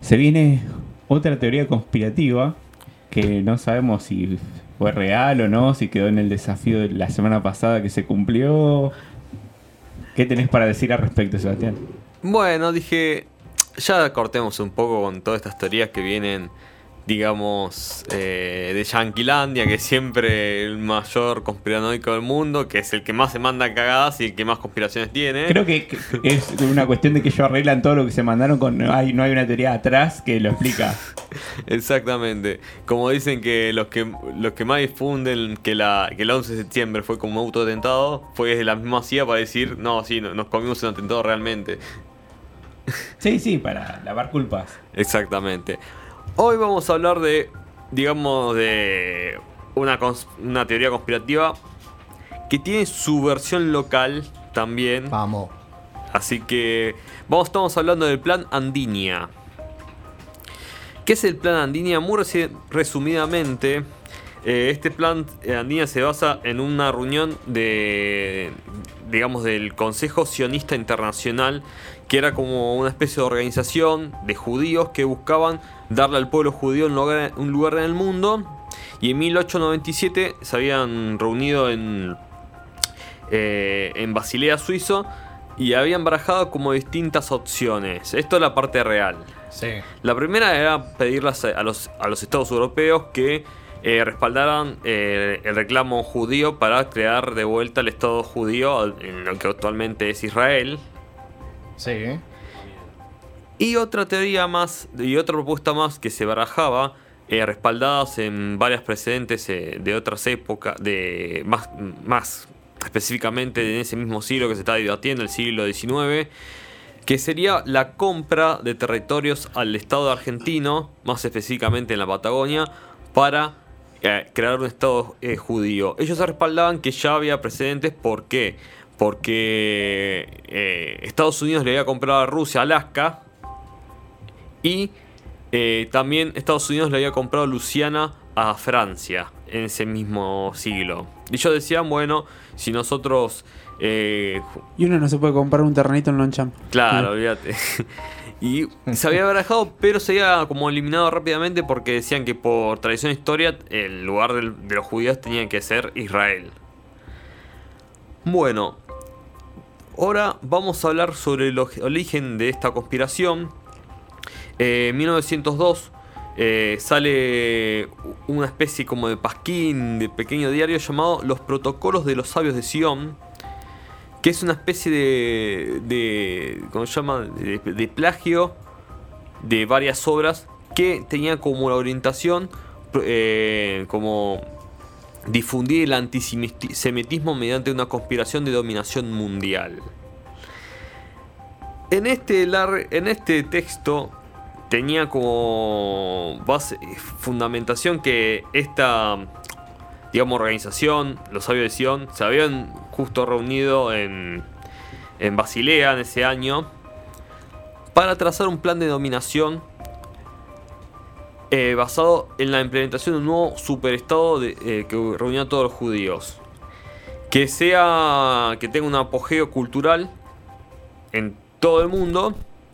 Se viene otra teoría conspirativa que no sabemos si fue real o no, si quedó en el desafío de la semana pasada que se cumplió. ¿Qué tenés para decir al respecto, Sebastián? Bueno, dije, ya cortemos un poco con todas estas teorías que vienen, digamos, de Yanquilandia, que es siempre el mayor conspiranoico del mundo, que es el que más se manda cagadas y el que más conspiraciones tiene. Creo que es una cuestión de que ellos arreglan todo lo que se mandaron con... No hay una teoría atrás que lo explica. Exactamente. Como dicen que los que más difunden que el 11 de septiembre fue como un autoatentado, fue de la misma CIA para decir, no, sí, nos comimos un atentado realmente. Sí, para lavar culpas. Exactamente. Hoy vamos a hablar de, digamos, de una teoría conspirativa que tiene su versión local también. Vamos. Así que estamos hablando del Plan Andinia. ¿Qué es el Plan Andinia? Muy resumidamente, este Plan Andinia se basa en una reunión del Consejo Sionista Internacional, que era como una especie de organización de judíos que buscaban darle al pueblo judío un lugar en el mundo. Y en 1897 se habían reunido en Basilea, Suizo, y habían barajado como distintas opciones. Esto es la parte real. Sí. La primera era pedirles a los estados europeos que respaldaran el reclamo judío para crear de vuelta el estado judío en lo que actualmente es Israel. Sí. Y otra teoría más, y otra propuesta más que se barajaba, respaldadas en varias precedentes de otras épocas, más específicamente en ese mismo siglo que se está debatiendo, el siglo XIX, que sería la compra de territorios al Estado argentino, más específicamente en la Patagonia, para crear un Estado judío. Ellos se respaldaban que ya había precedentes. ¿Por qué? Porque Estados Unidos le había comprado a Rusia Alaska y también Estados Unidos le había comprado Luisiana a Francia en ese mismo siglo. Y ellos decían, bueno, si nosotros... Y uno no se puede comprar un terrenito en Longchamp. Claro, olvídate. Y se había barajado, pero se había como eliminado rápidamente porque decían que por tradición e historia el lugar de los judíos tenía que ser Israel. Bueno, ahora vamos a hablar sobre el origen de esta conspiración. En 1902 sale una especie como de pasquín, de pequeño diario llamado Los Protocolos de los Sabios de Sion, que es una especie ¿cómo se llama? De plagio de varias obras que tenía como la orientación como difundir el antisemitismo mediante una conspiración de dominación mundial. En este texto tenía como base, fundamentación, que esta, digamos, organización, los Sabios de Sion, se habían justo reunido en Basilea en ese año para trazar un plan de dominación basado en la implementación de un nuevo superestado que reunía a todos los judíos, que tenga un apogeo cultural en todo el mundo.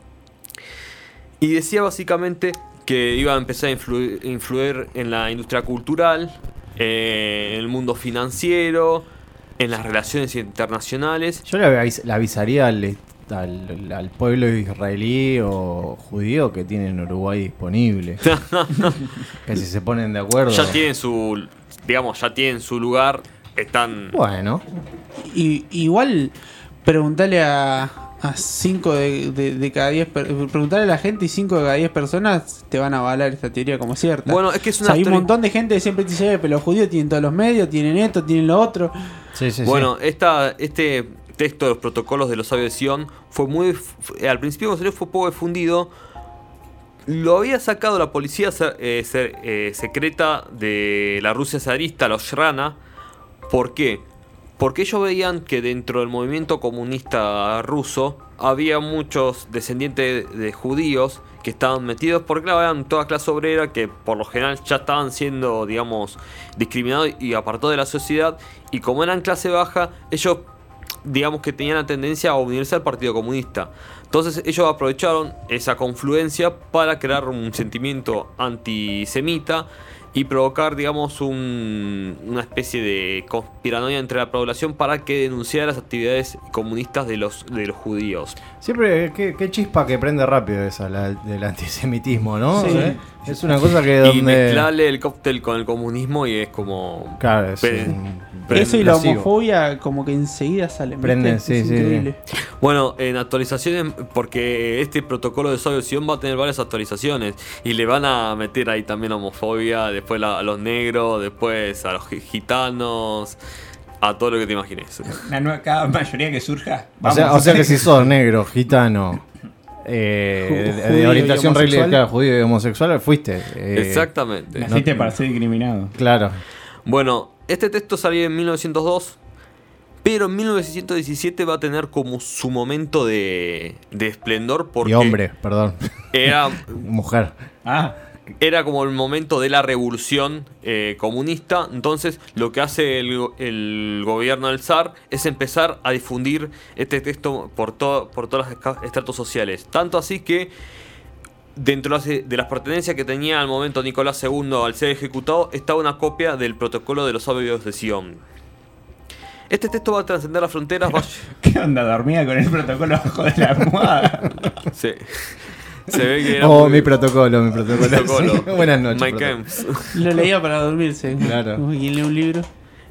Y decía básicamente que iba a empezar a influir en la industria cultural, en el mundo financiero, en las relaciones internacionales. Yo le avisaría al pueblo israelí o judío que tienen Uruguay disponible. Que si se ponen de acuerdo. Ya tienen su lugar, están... Bueno. Igual preguntarle a 5 de cada 10 preguntarle a la gente y 5 de cada 10 personas te van a avalar esta teoría como cierta. Bueno, es que es una hay un montón de gente que siempre te dice, pero los judíos tienen todos los medios, tienen esto, tienen lo otro. Sí, bueno, sí. Este texto de los protocolos de los sabios de Sion al principio fue poco difundido. Lo había sacado la policía secreta de la Rusia zarista, los Shrana. ¿Por qué? Porque ellos veían que dentro del movimiento comunista ruso había muchos descendientes de judíos que estaban metidos, porque claro, eran toda clase obrera que por lo general ya estaban siendo, digamos, discriminados y apartados de la sociedad. Y como eran clase baja, ellos, digamos, que tenían la tendencia a unirse al Partido Comunista. Entonces ellos aprovecharon esa confluencia para crear un sentimiento antisemita y provocar, digamos, una especie de conspiranoia entre la población para que denunciara las actividades comunistas de los judíos. Siempre, qué chispa que prende rápido esa, del antisemitismo, ¿no? Sí. Es una cosa que Y mezclarle el cóctel con el comunismo y es como... Claro, es Eso y la explosivo. homofobia como que enseguida salen. ¿viste? Prenden, Es sí, sí, increíble. Bueno, en actualizaciones, porque este protocolo de suavisión va a tener varias actualizaciones y le van a meter ahí también homofobia, después a los negros, después a los gitanos, a todo lo que te imagines. Cada mayoría que surja. O sea que si sos negro, gitano, Judío de y orientación homosexual. religiosa, judío y homosexual, fuiste. Exactamente. Naciste para ser discriminado. Claro. Bueno, este texto salió en 1902, pero en 1917 va a tener como su momento de esplendor porque Y hombre, perdón. era, Mujer. era como el momento de la revolución comunista. Entonces lo que hace el gobierno del zar es empezar a difundir este texto por todos los estratos sociales. Tanto así que dentro de las pertenencias que tenía al momento Nicolás II al ser ejecutado estaba una copia del protocolo de los sabios de Sion. Este texto va a trascender las fronteras. ¿Qué onda? Dormía con el protocolo bajo de la almohada. Sí. Se ve que era Mi protocolo. protocolo. Buenas noches. Mike protocolo. Kemp's. Lo leía para dormirse. Claro. Como quien lee un libro.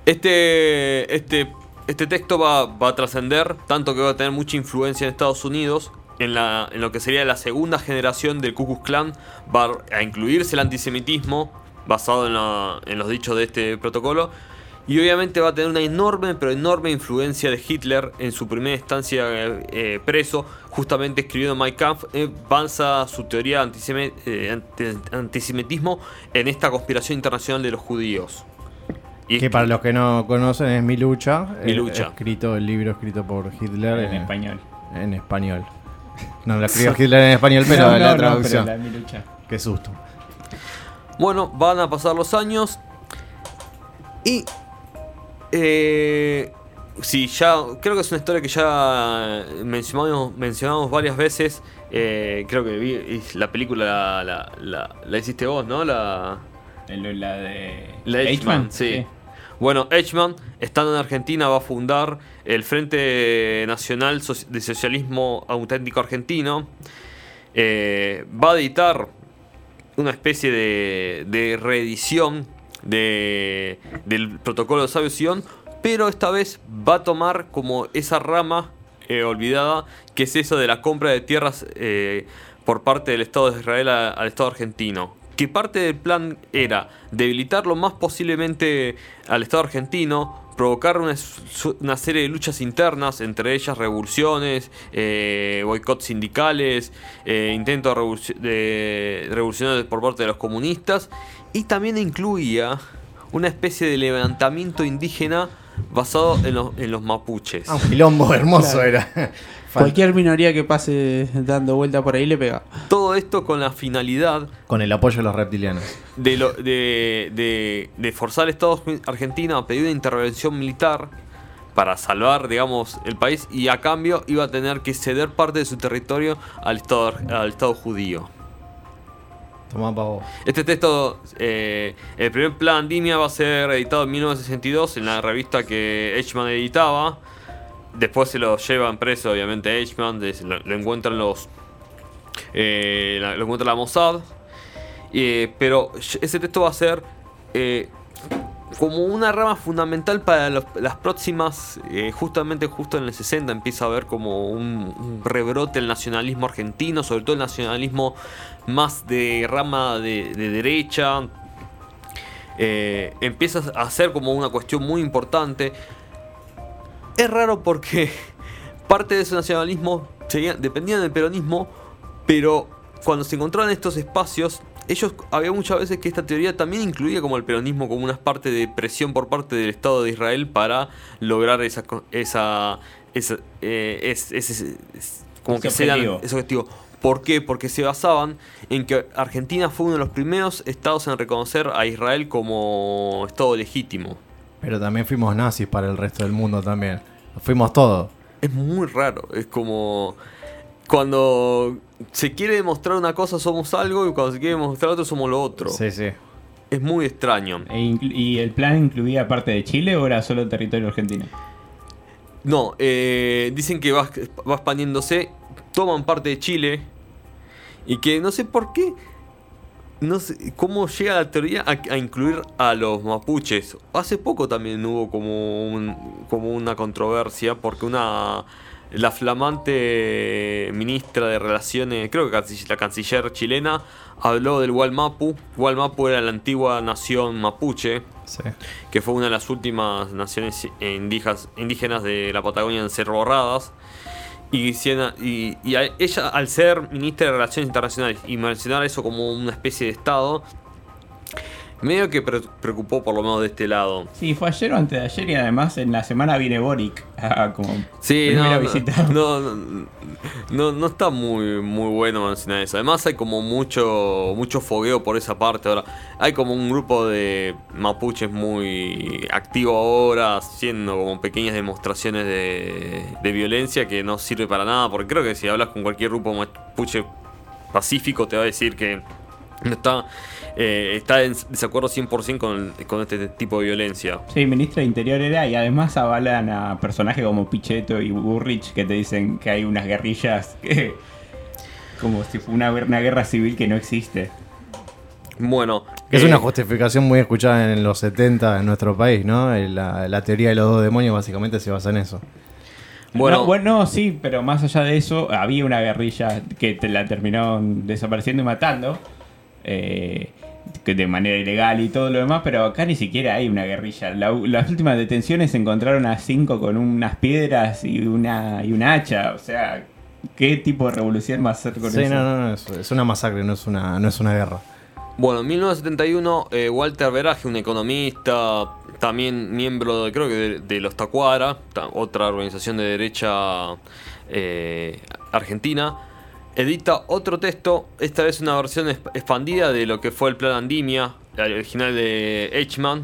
Este texto va a trascender, tanto que va a tener mucha influencia en Estados Unidos. En lo que sería la segunda generación del Ku Klux Klan va a incluirse el antisemitismo basado en los dichos de este protocolo. Y obviamente va a tener una enorme influencia de Hitler en su primera estancia preso. Justamente escribiendo Mein Kampf, avanza su teoría antisemitismo en esta conspiración internacional de los judíos. Y Que para los que no conocen es Mi Lucha. Mi Lucha. El libro escrito por Hitler En español. En español. No lo escribió Hitler en español, pero la traducción. pero mi lucha. Qué susto. Bueno, van a pasar los años y sí, ya creo que es una historia que ya mencionamos varias veces. Creo que la película la hiciste vos, ¿no? La de Eichmann, sí. Bueno, Eichmann, estando en Argentina, va a fundar el Frente Nacional de Socialismo Auténtico Argentino. Va a editar una especie de reedición del protocolo de Sabio Sion, pero esta vez va a tomar como esa rama olvidada, que es eso de la compra de tierras por parte del Estado de Israel al Estado argentino. Que parte del plan era debilitar lo más posiblemente al Estado argentino, provocar una serie de luchas internas, entre ellas revoluciones, boicots sindicales, intentos revolucionarios por parte de los comunistas, y también incluía una especie de levantamiento indígena basado en los mapuches. Un quilombo hermoso Claro. era. Cualquier minoría que pase dando vuelta por ahí le pega. Todo esto con la finalidad Con el apoyo de los reptilianos. de forzar al Estado argentino a pedir una intervención militar para salvar, digamos, el país, y a cambio iba a tener que ceder parte de su territorio al Estado judío. Tomá pa' vos. Este texto, el primer plan Dimia, va a ser editado en 1962 en la revista que Eichmann editaba. Después se lo llevan preso, obviamente, Eichmann. Lo encuentran lo encuentra la Mossad. Pero ese texto va a ser como una rama fundamental para las próximas. Justo en el 60 empieza a haber como un rebrote del nacionalismo argentino, sobre todo el nacionalismo más de rama de derecha. Empieza a ser como una cuestión muy importante. Es raro porque parte de ese nacionalismo dependían del peronismo, pero cuando se encontraban estos espacios, había muchas veces que esta teoría también incluía como el peronismo como una parte de presión por parte del Estado de Israel para lograr ese objetivo. ¿Por qué? Porque se basaban en que Argentina fue uno de los primeros estados en reconocer a Israel como Estado legítimo. Pero también fuimos nazis para el resto del mundo también. Fuimos todos. Es muy raro, es como cuando se quiere demostrar una cosa somos algo y cuando se quiere demostrar otro somos lo otro. Sí, sí. Es muy extraño. ¿Y el plan incluía parte de Chile o era solo territorio argentino? No, dicen que va expandiéndose, toman parte de Chile y que no sé por qué, no sé cómo llega la teoría a incluir a los mapuches. Hace poco también hubo como una controversia porque la flamante ministra de Relaciones, creo que la canciller chilena, habló del Wallmapu. Wallmapu era la antigua nación mapuche, Sí. que fue una de las últimas naciones indígenas de la Patagonia en ser borradas. Y ella, al ser ministra de Relaciones Internacionales y mencionar eso como una especie de estado, medio que preocupó por lo menos de este lado. Sí, fue ayer o antes de ayer y además en la semana viene Boric a como Sí, primera visita. no está muy bueno mencionar eso. Además hay como mucho fogueo por esa parte ahora. Hay como un grupo de mapuches muy activo ahora, haciendo como pequeñas demostraciones de violencia que no sirve para nada. Porque creo que si hablas con cualquier grupo mapuche pacífico te va a decir que no está en desacuerdo 100% con este tipo de violencia. Sí, ministra de Interior era, y además avalan a personajes como Pichetto y Burrich que te dicen que hay unas guerrillas que, como si fuera una guerra civil que no existe. Bueno, Es una justificación muy escuchada en los 70 en nuestro país, ¿no? La teoría de los dos demonios básicamente se basa en eso. bueno, Sí, pero más allá de eso, había una guerrilla que la terminaron desapareciendo y matando. Que de manera ilegal y todo lo demás, pero acá ni siquiera hay una guerrilla. Las últimas detenciones encontraron a 5 con unas piedras y una hacha. O sea, ¿qué tipo de revolución va a hacer con Sí, eso? no, es una masacre, no es una guerra. Bueno, en 1971, Walter Verage, un economista, también miembro creo que de los Tacuara, otra organización de derecha argentina, edita otro texto, esta vez una versión expandida de lo que fue el plan Andimia, el original de Eichmann.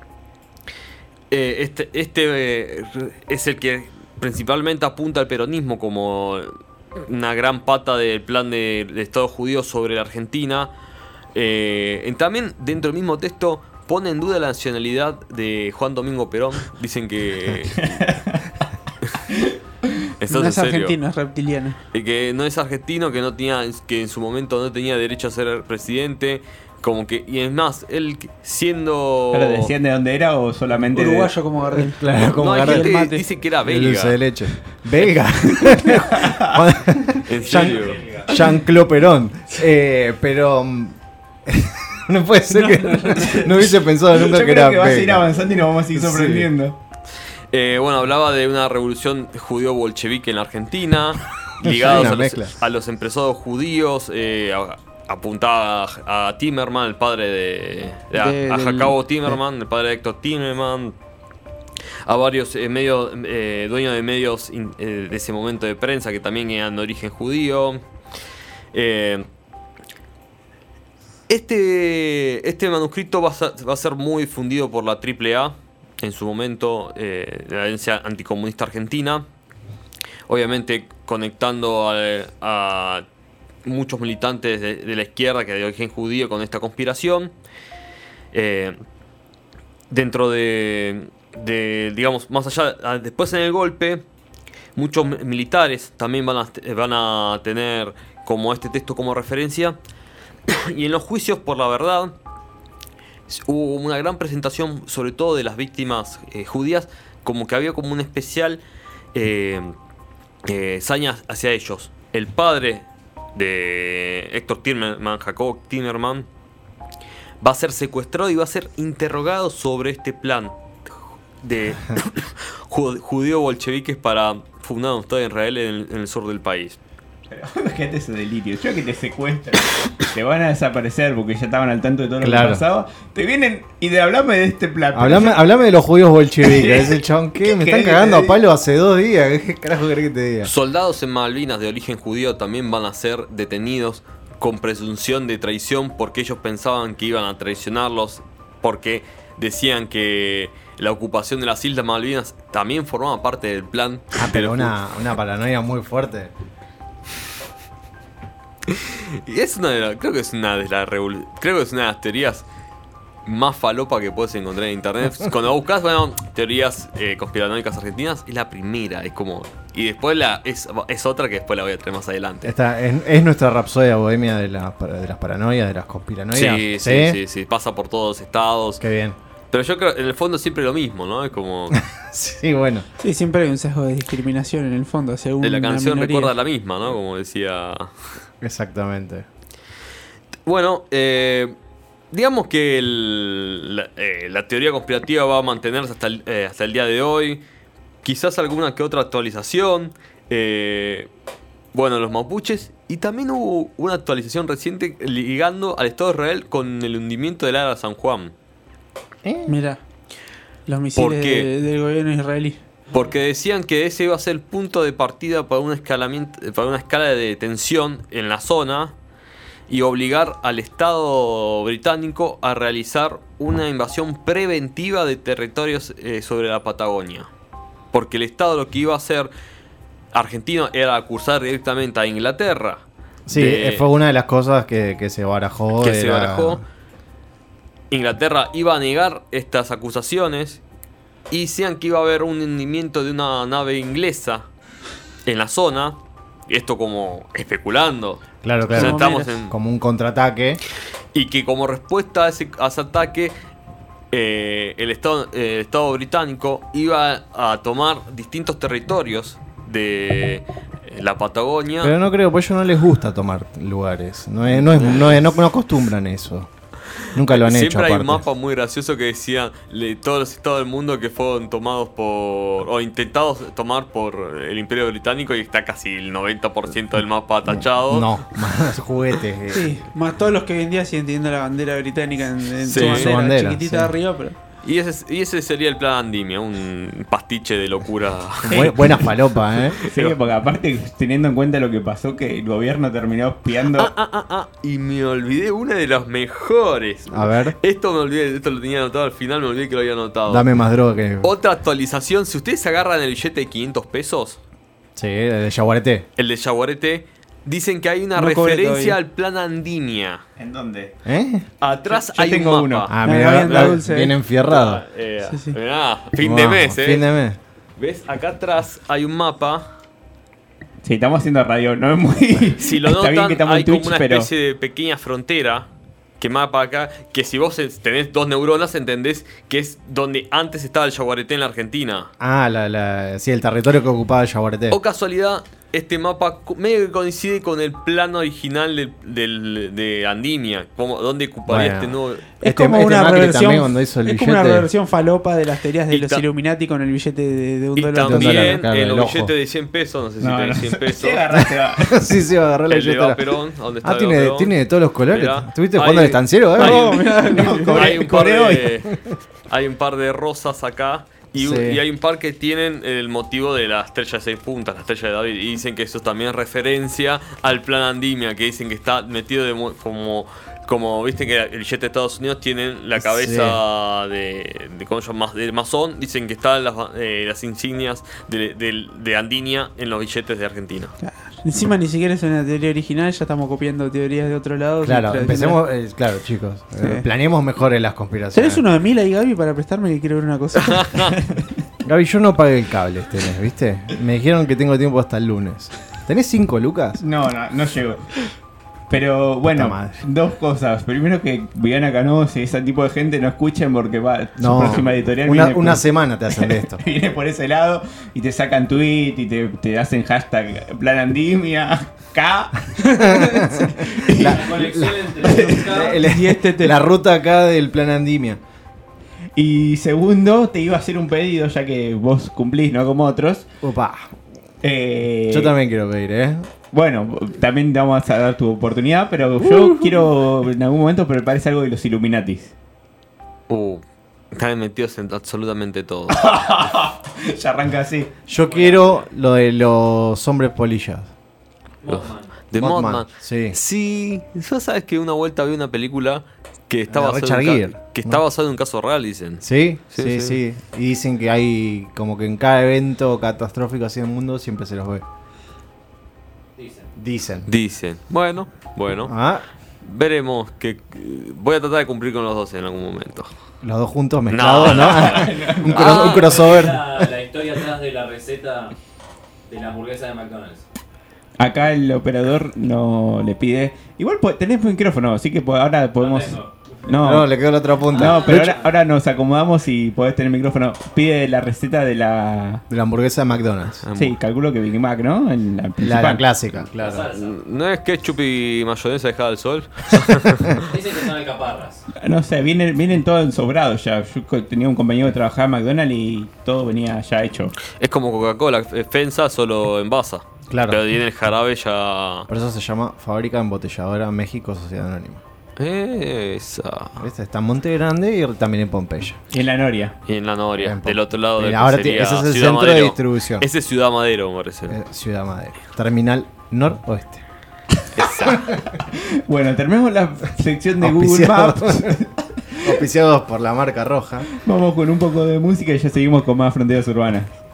Este es el que principalmente apunta al peronismo como una gran pata del plan de Estado judío sobre la Argentina. También dentro del mismo texto pone en duda la nacionalidad de Juan Domingo Perón. Dicen que No es argentino, es reptiliano. que no es argentino, que en su momento no tenía derecho a ser presidente, como que, y es más, él siendo ¿Pero decían de dónde era o solamente Uruguayo como Gardel. Claro, como no, hay Gardel. gente mate. que dice que era El dulce de belga. leche. ¿Belga? En serio. Jean-Claude Perón. Pero... no puede ser que no hubiese pensado nunca Yo que creo era que va a seguir belga. avanzando y nos vamos a seguir Sí. sorprendiendo. Bueno, hablaba de una revolución judío-bolchevique en la Argentina, ligados Una a mezcla. los empresarios judíos, apuntaba a Timerman, el padre a Jacobo Timerman, el padre de Héctor Timerman, a varios dueños de medios de ese momento de prensa que también eran de origen judío. Este manuscrito va a ser muy difundido por la AAA en su momento, la Alianza Anticomunista Argentina, obviamente conectando a muchos militantes de la izquierda que de origen judío con esta conspiración. Dentro digamos, más allá, después en el golpe, muchos militares también van a tener como este texto como referencia. Y en los juicios por la verdad hubo una gran presentación, sobre todo de las víctimas judías, como que había como un especial saña hacia ellos. El padre de Héctor Timerman, Jacob Timerman, va a ser secuestrado y va a ser interrogado sobre este plan de judío-bolcheviques para fundar un Estado de Israel en el sur del país. Pero fíjate ese delirio. Yo que te secuestran, te van a desaparecer porque ya estaban al tanto de todo lo Claro. que pasaba. Te vienen y hablame de este plan. Hablame de los judíos bolcheviques. Ese chabón, ¿qué? Me están ¿Qué cagando a te palo hace 2 días. ¿Qué carajo querés que te diga? Soldados en Malvinas de origen judío también van a ser detenidos con presunción de traición porque ellos pensaban que iban a traicionarlos, porque decían que la ocupación de las Islas Malvinas también formaba parte del plan. Pero una paranoia muy fuerte. Y es creo que es una de las teorías más falopa que puedes encontrar en internet. Cuando buscas, teorías conspiranoicas argentinas, es la primera, es como. Y después es otra que después la voy a traer más adelante. Esta es nuestra rapsodia bohemia de las paranoias, de las conspiranoias. Sí, pasa por todos los estados. Qué bien. Pero yo creo, en el fondo, siempre lo mismo, ¿no? Es como. Sí, bueno. Sí, siempre hay un sesgo de discriminación en el fondo, según La canción minoría. recuerda la misma, ¿no? Como decía. Exactamente. Bueno, digamos que la teoría conspirativa va a mantenerse hasta el día de hoy. Quizás alguna que otra actualización. Bueno, los mapuches. Y también hubo una actualización reciente ligando al Estado de Israel con el hundimiento del Ara San Juan. Mira, los ¿Por misiles qué? del gobierno israelí. Porque decían que ese iba a ser el punto de partida para una escala de tensión en la zona y obligar al Estado británico a realizar una invasión preventiva de territorios sobre la Patagonia. Porque el Estado lo que iba a hacer argentino era acusar directamente a Inglaterra. Sí, fue una de las cosas que se barajó. Inglaterra iba a negar estas acusaciones y decían que iba a haber un hundimiento de una nave inglesa en la zona. Esto como especulando. Claro. O sea, estamos como un contraataque. Y que como respuesta a ese ataque, el Estado británico iba a tomar distintos territorios de la Patagonia. Pero no creo, pues a ellos no les gusta tomar lugares. No acostumbran eso. Nunca lo han hecho. Siempre hay un aparte. mapa muy gracioso que decía todos los estados del mundo que fueron tomados o intentados tomar por el Imperio Británico, y está casi el 90% del mapa tachado. No, más juguetes. Sí, más todos los que hoy en día siguen teniendo la bandera británica en Sí, su bandera, chiquitita sí. de arriba, pero... Y ese sería el plan Andimia, un pastiche de locura. Buena falopa, ¿eh? Sí, porque aparte, teniendo en cuenta lo que pasó, que el gobierno terminó espiando. Y me olvidé una de las mejores. A ver, Esto lo tenía anotado al final, me olvidé que lo había anotado. dame más droga que... Otra actualización, si ustedes agarran el billete de 500 pesos, Sí, de Yaguareté. el de Yaguareté, dicen que hay una No cobré referencia todavía. al plan Andimia. ¿En dónde? ¿Eh? Atrás Yo hay tengo un uno. mapa. Ah, Me mira, habían dado dulce. bien enfierrado. Sí, sí. Mirá, fin de mes, Fin de mes. ¿Ves? Acá atrás hay un mapa. Sí, estamos haciendo radio, no es muy. Si lo Está bien notan, que estamos hay en Twitch, como una pero. especie de pequeña frontera que mapa acá, que si vos tenés 2 neuronas, entendés que es donde antes estaba el Yaguareté en la Argentina. Ah, sí, el territorio que ocupaba Yaguareté. O casualidad, este mapa medio que coincide con el plan original de Andimia, como donde ocuparía Bueno. este nuevo... Es como una Macri reversión. también cuando hizo el Es como una billete. reversión falopa de las teorías de Y los ta- Illuminati con el billete de Y $1. también claro, en el los ojo. billetes de 100 pesos, no sé si No, tenés no. 100 pesos. Sí, agarraste, va. Sí, va a agarrar la El de billetera. Vaperón, ¿dónde está Ah, el tiene Vaperón? de todos los colores. Mirá, ¿Estuviste hay- jugando al estanciero? hay- No, Hay un par de rosas acá. Y Sí. hay un par que tienen el motivo de la estrella de 6 puntas, la estrella de David. Y dicen que eso también es referencia al plan Andimia, que dicen que está metido como viste que el billete de Estados Unidos tiene la cabeza de ¿cómo se llama? De masón. Dicen que están las insignias de Andinia en los billetes de Argentina. Claro. Encima ni siquiera es una teoría original, ya estamos copiando teorías de otro lado. Claro, Siempre- empecemos. Claro, chicos. Planeemos mejor en las conspiraciones. ¿Tenés uno de 1000 ahí, Gaby, para prestarme que quiero ver una cosa? Gaby, yo no pagué el cable este mes, ¿viste? Me dijeron que tengo tiempo hasta el lunes. ¿Tenés 5 lucas? No llego. Pero bueno, madre. dos cosas. Primero, que Viviana Canosa y ese tipo de gente no escuchen porque su No, próxima editorial una viene semana te hacen de esto. viene por ese lado y te sacan tweet y te hacen hashtag Plan Andimia K. La ruta acá del plan Andimia. Y segundo, te iba a hacer un pedido, ya que vos cumplís, no como otros. Opa. Yo también quiero pedir, ¿eh? Bueno, también te vamos a dar tu oportunidad, pero yo quiero en algún momento prepares algo de los Illuminatis. Están metidos en absolutamente todo. Ya arranca así. Yo quiero lo de los hombres polillas. De Mothman, Mothman. sí. Sí, ¿tú sabes que una vuelta vi una película que está De basada Richard en, Gere. que está basado en un caso real, dicen? ¿Sí? Sí, Sí, sí. sí. Y dicen que hay como que en cada evento catastrófico así en el mundo siempre se los ve. Dicen. Dicen. Bueno. Ah, Veremos que voy a tratar de cumplir con los dos en algún momento. los dos juntos mezclados, ¿no? Un Ah. crossover. La historia atrás de la receta de la hamburguesa de McDonald's. Acá el operador no le pide. Igual tenés micrófono, así que ahora podemos. No, No, le quedó la otra punta. no, pero De hecho, ahora nos acomodamos y podés tener micrófono. Pide la receta de la. de la hamburguesa de McDonald's. Sí, calculo que Big Mac, ¿no? En la La principal. clásica, La claro. salsa. ¿No es ketchup y mayonesa dejada al sol? Dicen que son alcaparras. No sé, vienen todos ensobrados ya. Yo tenía un compañero que trabajaba en McDonald's y todo venía ya hecho. Es como Coca-Cola, FENSA solo envasa. Claro. Pero tiene el jarabe ya. Por eso se llama Fábrica Embotelladora México Sociedad Anónima. Esa. ¿Viste? Está en Monte Grande y también en Pompeya. Y en la Noria. Y en la Noria, Bien, del otro lado de ahora ese es el centro de distribución. Ese es Ciudad Madero, me parece. Ciudad Madero. Terminal noroeste. Esa. Bueno, terminamos la sección de Google Maps. Auspiciados por la marca roja. Vamos con un poco de música y ya seguimos con más fronteras urbanas.